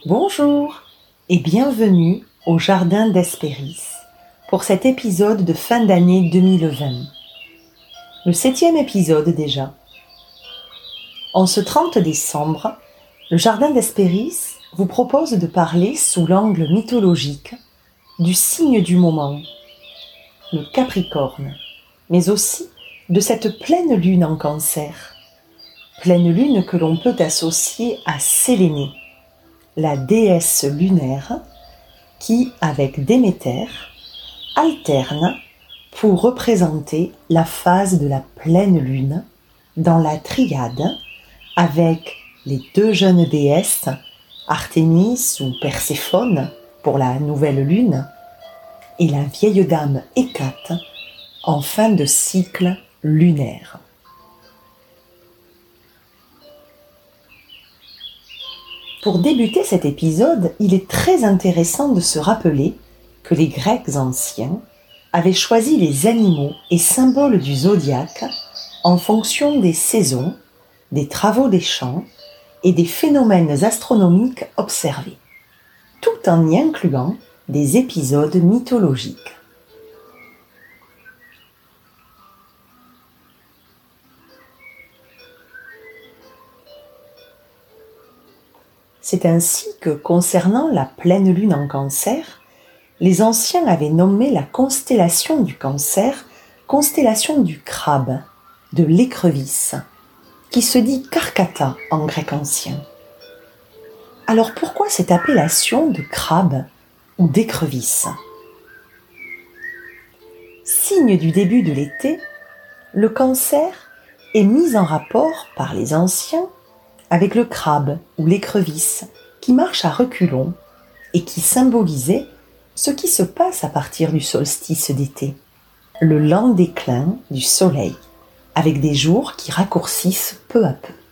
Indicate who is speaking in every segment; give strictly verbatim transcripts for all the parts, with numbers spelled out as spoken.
Speaker 1: Bonjour et bienvenue au Jardin d'Hespéris pour cet épisode de fin d'année deux mille vingt. Le septième épisode déjà. En ce trente décembre, le Jardin d'Hespéris vous propose de parler sous l'angle mythologique du signe du moment, le Capricorne, mais aussi de cette pleine lune en Cancer. Pleine lune que l'on peut associer à Sélénée, la déesse lunaire qui, avec Déméter, alterne pour représenter la phase de la pleine lune dans la triade avec les deux jeunes déesses, Artémis ou Perséphone pour la nouvelle lune et la vieille dame Hécate en fin de cycle lunaire. Pour débuter cet épisode, il est très intéressant de se rappeler que les Grecs anciens avaient choisi les animaux et symboles du zodiaque en fonction des saisons, des travaux des champs et des phénomènes astronomiques observés, tout en y incluant des épisodes mythologiques. C'est ainsi que, concernant la pleine lune en Cancer, les anciens avaient nommé la constellation du Cancer constellation du crabe, de l'écrevisse, qui se dit Karkata en grec ancien. Alors pourquoi cette appellation de crabe ou d'écrevisse ? Signe du début de l'été, le Cancer est mis en rapport par les anciens avec le crabe ou l'écrevisse qui marche à reculons et qui symbolisait ce qui se passe à partir du solstice d'été, le lent déclin du soleil, avec des jours qui raccourcissent peu à peu.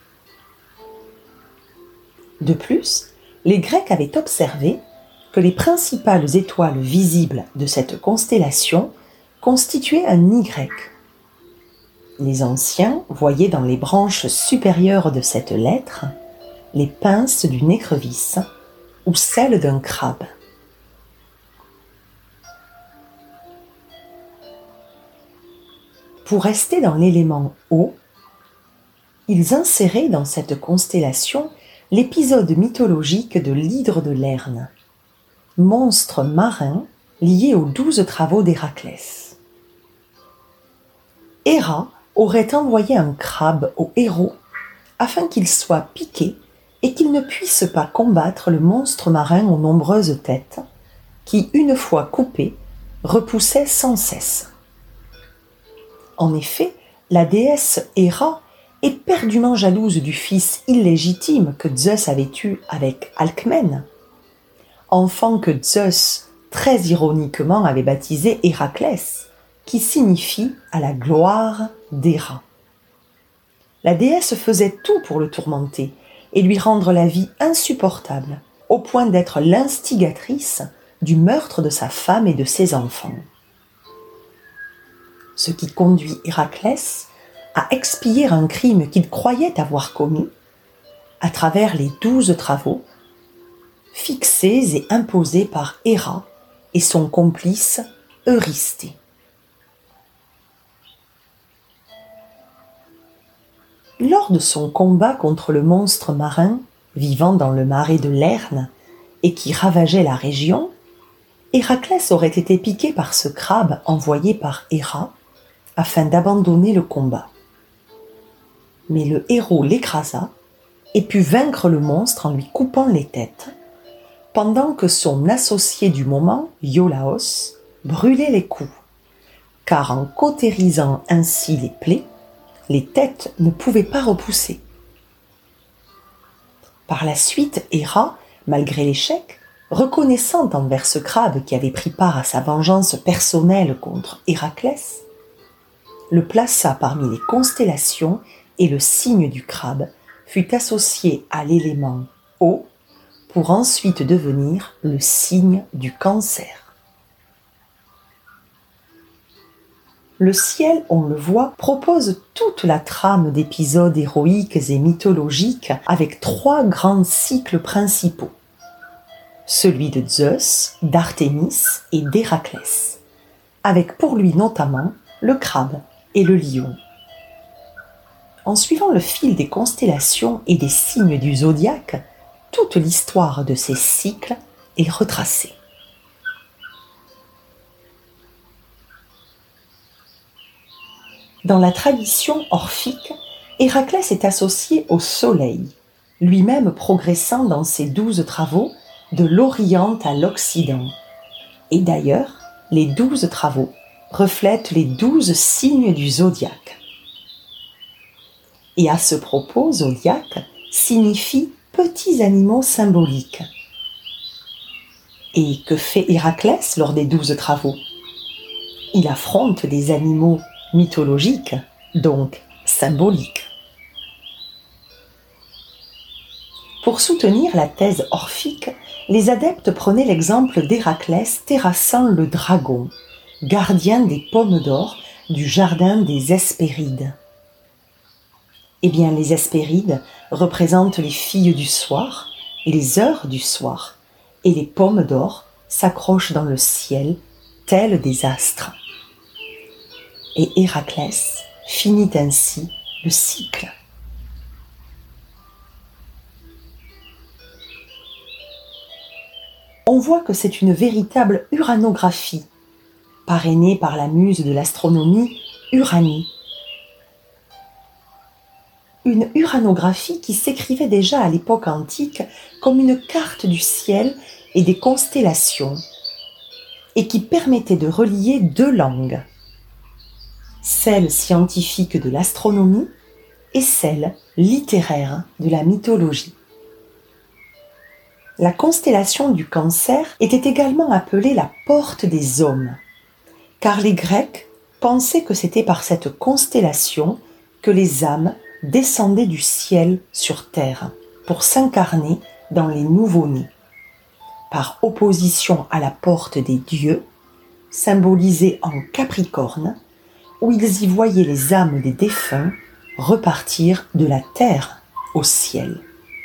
Speaker 1: De plus, les Grecs avaient observé que les principales étoiles visibles de cette constellation constituaient un Y. Les anciens voyaient dans les branches supérieures de cette lettre les pinces d'une écrevisse ou celles d'un crabe. Pour rester dans l'élément eau, ils inséraient dans cette constellation l'épisode mythologique de l'hydre de Lerne, monstre marin lié aux douze travaux d'Héraclès. Héra aurait envoyé un crabe au héros afin qu'il soit piqué et qu'il ne puisse pas combattre le monstre marin aux nombreuses têtes qui, une fois coupé, repoussait sans cesse. En effet, la déesse Héra, éperdument jalouse du fils illégitime que Zeus avait eu avec Alcmène, enfant que Zeus, très ironiquement, avait baptisé Héraclès, qui signifie « à la gloire d'Héra ». La déesse faisait tout pour le tourmenter et lui rendre la vie insupportable, au point d'être l'instigatrice du meurtre de sa femme et de ses enfants. Ce qui conduit Héraclès à expier un crime qu'il croyait avoir commis à travers les douze travaux fixés et imposés par Héra et son complice Eurysthée. Lors de son combat contre le monstre marin vivant dans le marais de Lerne et qui ravageait la région, Héraclès aurait été piqué par ce crabe envoyé par Héra afin d'abandonner le combat. Mais le héros l'écrasa et put vaincre le monstre en lui coupant les têtes, pendant que son associé du moment, Iolaos, brûlait les coups, car en cautérisant ainsi les plaies, les têtes ne pouvaient pas repousser. Par la suite, Héra, malgré l'échec, reconnaissante envers ce crabe qui avait pris part à sa vengeance personnelle contre Héraclès, le plaça parmi les constellations et le signe du crabe fut associé à l'élément eau pour ensuite devenir le signe du Cancer. Le ciel, on le voit, propose toute la trame d'épisodes héroïques et mythologiques avec trois grands cycles principaux. celui de Zeus, d'Artémis et d'Héraclès, avec pour lui notamment le crabe et le lion. En suivant le fil des constellations et des signes du zodiaque, toute l'histoire de ces cycles est retracée. Dans la tradition orphique, Héraclès est associé au soleil, lui-même progressant dans ses douze travaux de l'Orient à l'Occident. Et d'ailleurs, les douze travaux reflètent les douze signes du zodiaque. Et à ce propos, zodiaque signifie petits animaux symboliques. Et que fait Héraclès lors des douze travaux? Il affronte des animaux mythologiques, donc symboliques. Pour soutenir la thèse orphique, les adeptes prenaient l'exemple d'Héraclès terrassant le dragon, gardien des pommes d'or du jardin des Hespérides. Eh bien, les Hespérides représentent les filles du soir, les heures du soir, et les pommes d'or s'accrochent dans le ciel, tels des astres. Et Héraclès finit ainsi le cycle. On voit que c'est une véritable uranographie, parrainée par la muse de l'astronomie, Uranie. Une uranographie qui s'écrivait déjà à l'époque antique comme une carte du ciel et des constellations, et qui permettait de relier deux langues, celle scientifique de l'astronomie et celle littéraire de la mythologie. La constellation du Cancer était également appelée la porte des hommes, car les Grecs pensaient que c'était par cette constellation que les âmes descendaient du ciel sur terre pour s'incarner dans les nouveau-nés, par opposition à la porte des dieux, symbolisée en Capricorne, où ils y voyaient les âmes des défunts repartir de la terre au ciel.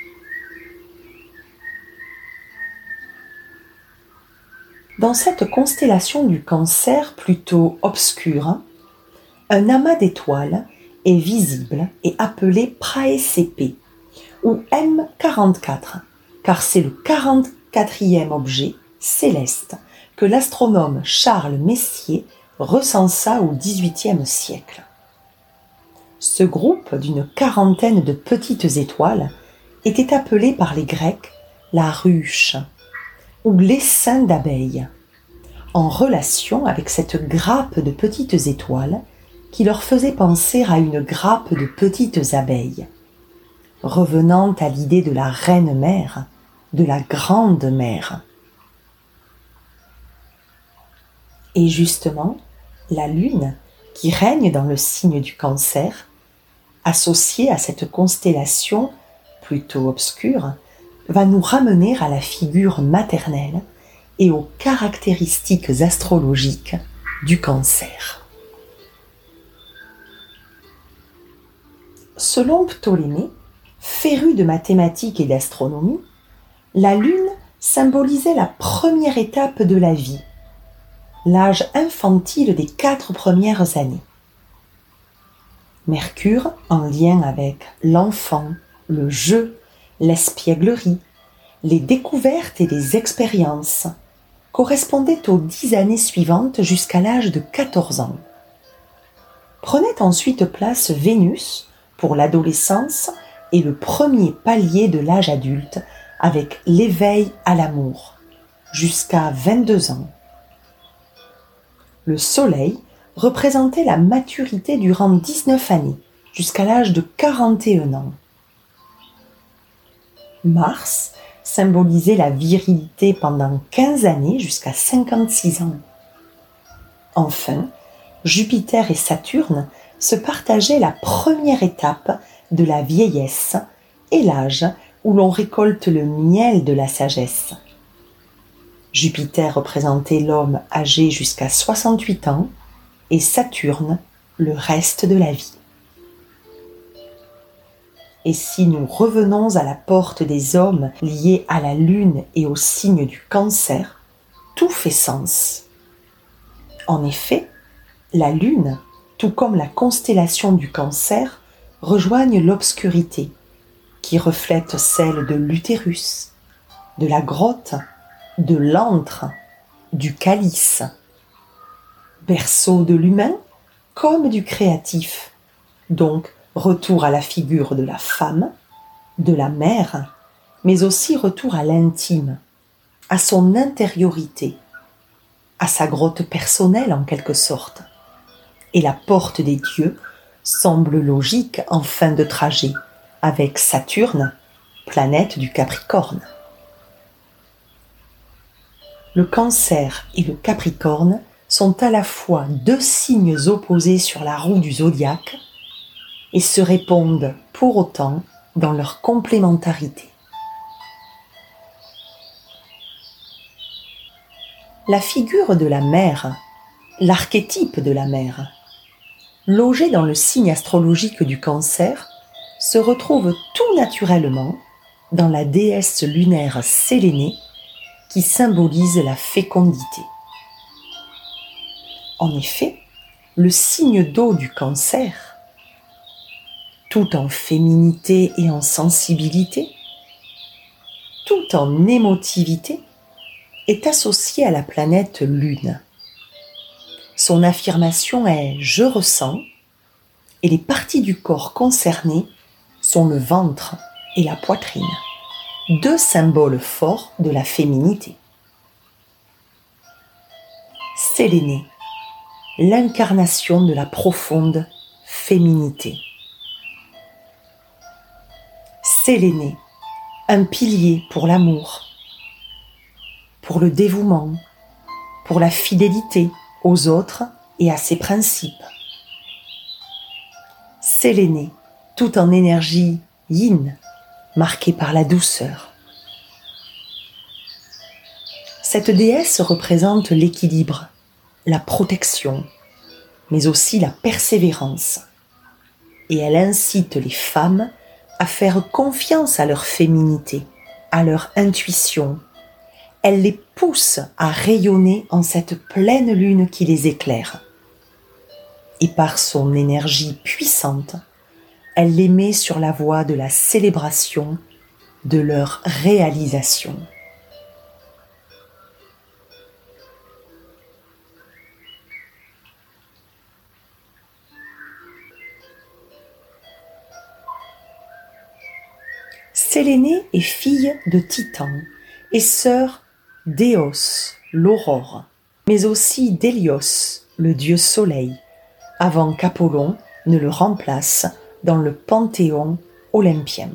Speaker 1: Dans cette constellation du Cancer plutôt obscure, un amas d'étoiles est visible et appelé Praecépe, ou M quarante-quatre, car c'est le quarante-quatrième objet céleste que l'astronome Charles Messier recensa au dix-huitième siècle. Ce groupe d'une quarantaine de petites étoiles était appelé par les Grecs la ruche, ou l'essaim d'abeilles, en relation avec cette grappe de petites étoiles qui leur faisait penser à une grappe de petites abeilles, revenant à l'idée de la reine-mère, de la grande-mère. Et justement, la Lune, qui règne dans le signe du Cancer, associée à cette constellation plutôt obscure, va nous ramener à la figure maternelle et aux caractéristiques astrologiques du Cancer. Selon Ptolémée, féru de mathématiques et d'astronomie, la Lune symbolisait la première étape de la vie, l'âge infantile des quatre premières années. Mercure, en lien avec l'enfant, le jeu, l'espièglerie, les découvertes et les expériences, correspondait aux dix années suivantes jusqu'à l'âge de quatorze ans. Prenait ensuite place Vénus pour l'adolescence et le premier palier de l'âge adulte avec l'éveil à l'amour, jusqu'à vingt-deux ans. Le Soleil représentait la maturité durant dix-neuf années, jusqu'à l'âge de quarante et un ans. Mars symbolisait la virilité pendant quinze années jusqu'à cinquante-six ans. Enfin, Jupiter et Saturne se partageaient la première étape de la vieillesse et l'âge où l'on récolte le miel de la sagesse. Jupiter représentait l'homme âgé jusqu'à soixante-huit ans et Saturne le reste de la vie. Et si nous revenons à la porte des hommes liés à la lune et au signe du Cancer, tout fait sens. En effet, la lune, tout comme la constellation du Cancer, rejoignent l'obscurité, qui reflète celle de l'utérus, de la grotte, de l'antre, du calice, berceau de l'humain comme du créatif, donc retour à la figure de la femme, de la mère, mais aussi retour à l'intime, à son intériorité, à sa grotte personnelle en quelque sorte. Et la porte des dieux semble logique en fin de trajet, avec Saturne, planète du Capricorne. Le Cancer et le Capricorne sont à la fois deux signes opposés sur la roue du zodiaque et se répondent pour autant dans leur complémentarité. La figure de la mère, l'archétype de la mère, logé dans le signe astrologique du Cancer, se retrouve tout naturellement dans la déesse lunaire Sélénée qui symbolise la fécondité. En effet, le signe d'eau du Cancer, tout en féminité et en sensibilité, tout en émotivité, est associé à la planète Lune. Son affirmation est « je ressens » et les parties du corps concernées sont le ventre et la poitrine, deux symboles forts de la féminité. Sélénée, l'incarnation de la profonde féminité. Sélénée, un pilier pour l'amour, pour le dévouement, pour la fidélité aux autres et à ses principes. Sélénée, tout en énergie yin, marquée par la douceur. Cette déesse représente l'équilibre, la protection, mais aussi la persévérance. Et elle incite les femmes à faire confiance à leur féminité, à leur intuition. Elle les pousse à rayonner en cette pleine lune qui les éclaire. Et par son énergie puissante, elle les met sur la voie de la célébration de leur réalisation. Sélénée est fille de Titan et sœur d'Éos, l'aurore, mais aussi d'Hélios, le dieu soleil, avant qu'Apollon ne le remplace dans le panthéon olympien.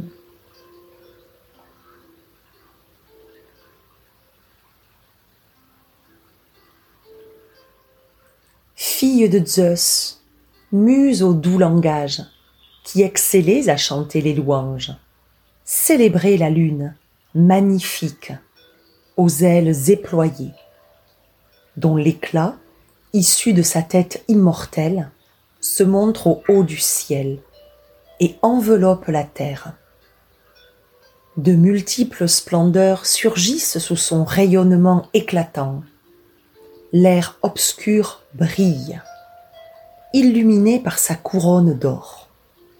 Speaker 1: Fille de Zeus, muse au doux langage, qui excellait à chanter les louanges, célébrez la lune, magnifique, aux ailes éployées, dont l'éclat, issu de sa tête immortelle, se montre au haut du ciel et enveloppe la terre. De multiples splendeurs surgissent sous son rayonnement éclatant. L'air obscur brille, illuminé par sa couronne d'or.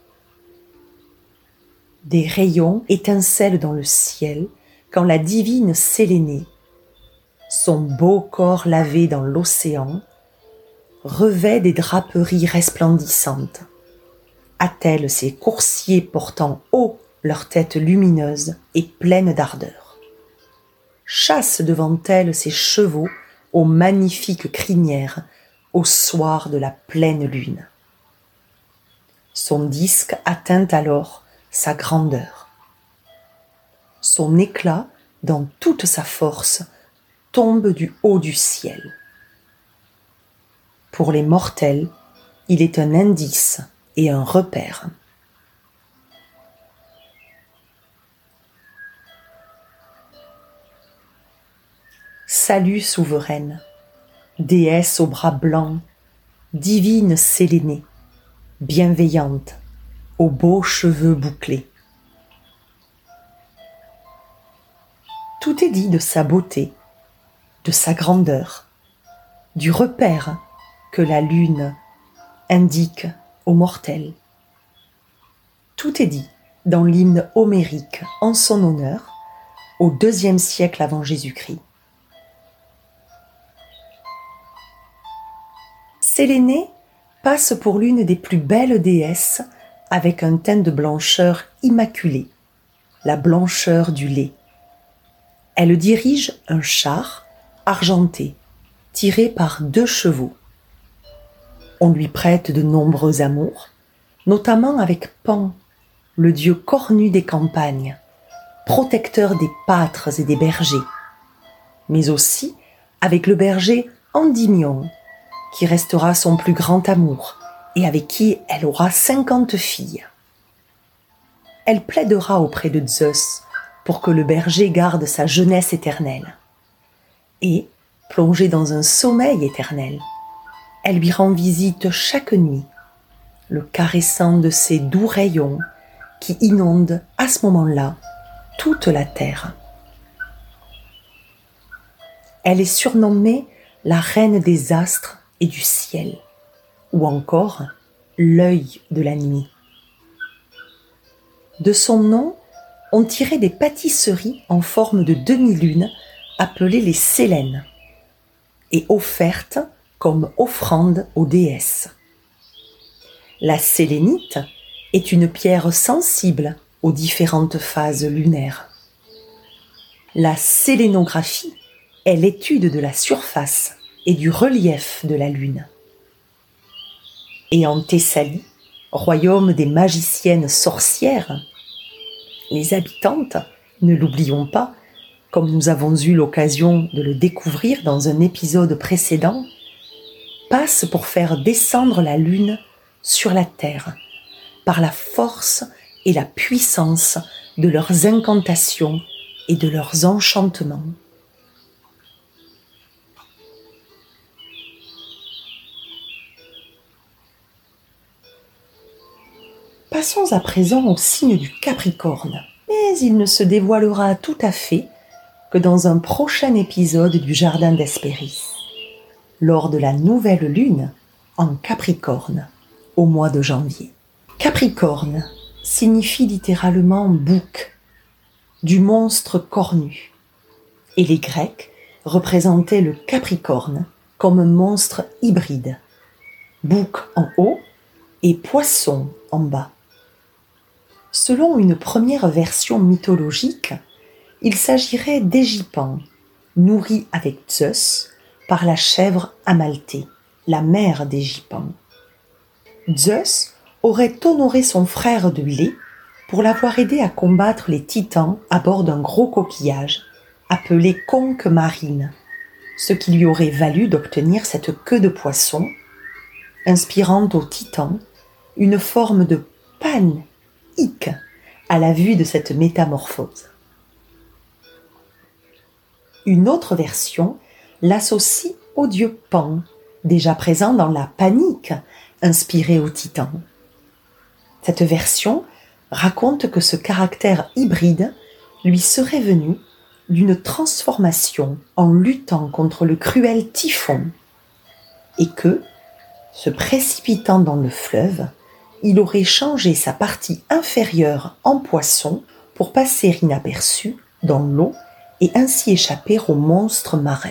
Speaker 1: Des rayons étincellent dans le ciel quand la divine Sélénée, son beau corps lavé dans l'océan, revêt des draperies resplendissantes, attelle ses coursiers portant haut leur tête lumineuse et pleine d'ardeur, chasse devant elle ses chevaux aux magnifiques crinières au soir de la pleine lune. Son disque atteint alors sa grandeur. Son éclat, dans toute sa force, tombe du haut du ciel. Pour les mortels, il est un indice et un repère. Salut souveraine, déesse aux bras blancs, divine Sélénée, bienveillante, aux beaux cheveux bouclés. est dit de sa beauté, de sa grandeur, du repère que la lune indique aux mortels. Tout est dit dans l'hymne homérique en son honneur au deuxième siècle avant Jésus-Christ. Sélénée passe pour l'une des plus belles déesses avec un teint de blancheur immaculée, la blancheur du lait. Elle dirige un char argenté, tiré par deux chevaux. On lui prête de nombreux amours, notamment avec Pan, le dieu cornu des campagnes, protecteur des pâtres et des bergers, mais aussi avec le berger Endymion, qui restera son plus grand amour et avec qui elle aura cinquante filles. Elle plaidera auprès de Zeus pour que le berger garde sa jeunesse éternelle. Et, plongée dans un sommeil éternel, elle lui rend visite chaque nuit, le caressant de ses doux rayons qui inondent à ce moment-là toute la terre. Elle est surnommée la reine des astres et du ciel, ou encore l'œil de la nuit. De son nom, on tirait des pâtisseries en forme de demi-lune appelées les Sélènes et offertes comme offrande aux déesses. La sélénite est une pierre sensible aux différentes phases lunaires. La sélénographie est l'étude de la surface et du relief de la lune. Et en Thessalie, royaume des magiciennes sorcières, les habitantes, ne l'oublions pas, comme nous avons eu l'occasion de le découvrir dans un épisode précédent, passent pour faire descendre la lune sur la terre par la force et la puissance de leurs incantations et de leurs enchantements. Passons à présent au signe du Capricorne, mais il ne se dévoilera tout à fait que dans un prochain épisode du Jardin d'Hespéris, lors de la nouvelle lune en Capricorne, au mois de janvier. Capricorne signifie littéralement bouc, du monstre cornu, et les Grecs représentaient le Capricorne comme un monstre hybride, bouc en haut et poisson en bas. Selon une première version mythologique, il s'agirait d'Égipan, nourri avec Zeus par la chèvre Amalthée, la mère d'Égipan. Zeus aurait honoré son frère de lait pour l'avoir aidé à combattre les titans à bord d'un gros coquillage appelé conque marine, ce qui lui aurait valu d'obtenir cette queue de poisson, inspirant aux titans une forme de pan-ic à la vue de cette métamorphose. Une autre version l'associe au dieu Pan, déjà présent dans la panique inspirée aux titans. Cette version raconte que ce caractère hybride lui serait venu d'une transformation en luttant contre le cruel typhon et que, se précipitant dans le fleuve, il aurait changé sa partie inférieure en poisson pour passer inaperçu dans l'eau et ainsi échapper aux monstres marins.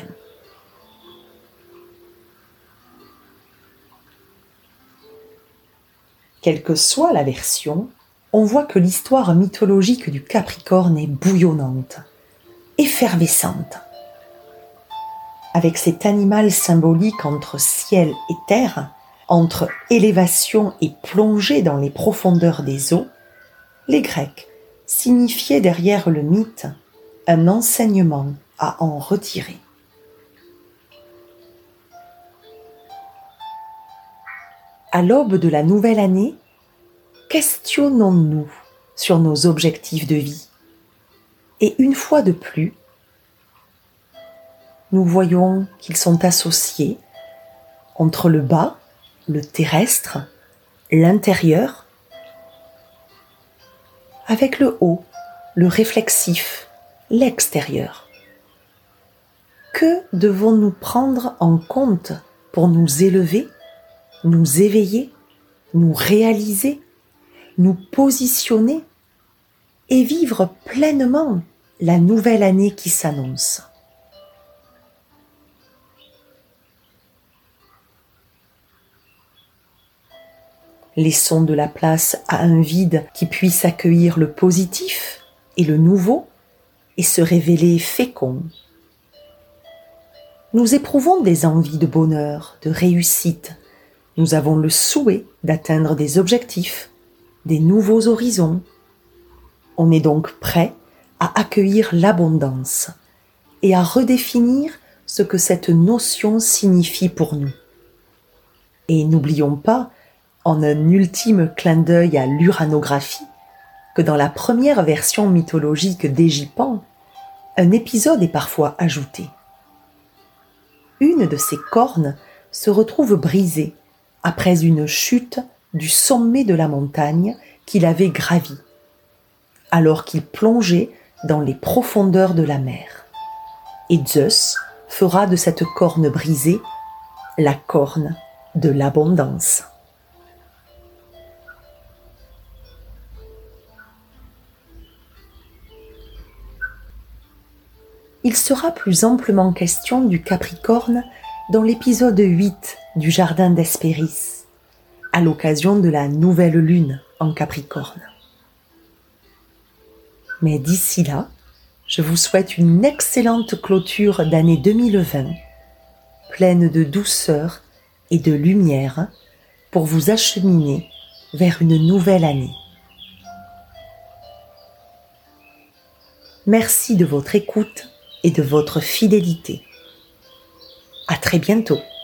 Speaker 1: Quelle que soit la version, on voit que l'histoire mythologique du Capricorne est bouillonnante, effervescente. Avec cet animal symbolique entre ciel et terre, entre élévation et plongée dans les profondeurs des eaux, les Grecs signifiaient derrière le mythe un enseignement à en retirer. À l'aube de la nouvelle année, questionnons-nous sur nos objectifs de vie. Et une fois de plus, nous voyons qu'ils sont associés entre le bas, le terrestre, l'intérieur, avec le haut, le réflexif, l'extérieur. que devons-nous prendre en compte pour nous élever, nous éveiller, nous réaliser, nous positionner et vivre pleinement la nouvelle année qui s'annonce? Laissons de la place à un vide qui puisse accueillir le positif et le nouveau et se révéler fécond. Nous éprouvons des envies de bonheur, de réussite. Nous avons le souhait d'atteindre des objectifs, des nouveaux horizons. On est donc prêt à accueillir l'abondance et à redéfinir ce que cette notion signifie pour nous. Et n'oublions pas, en un ultime clin d'œil à l'uranographie, que dans la première version mythologique d'Égipan, un épisode est parfois ajouté. Une de ses cornes se retrouve brisée après une chute du sommet de la montagne qu'il avait gravie, alors qu'il plongeait dans les profondeurs de la mer. Et Zeus fera de cette corne brisée la corne de l'abondance. Il sera plus amplement question du Capricorne dans l'épisode huit du Jardin d'Hespéris, à l'occasion de la nouvelle lune en Capricorne. Mais d'ici là, je vous souhaite une excellente clôture d'année deux mille vingt, pleine de douceur et de lumière pour vous acheminer vers une nouvelle année. Merci de votre écoute et de votre fidélité. À très bientôt.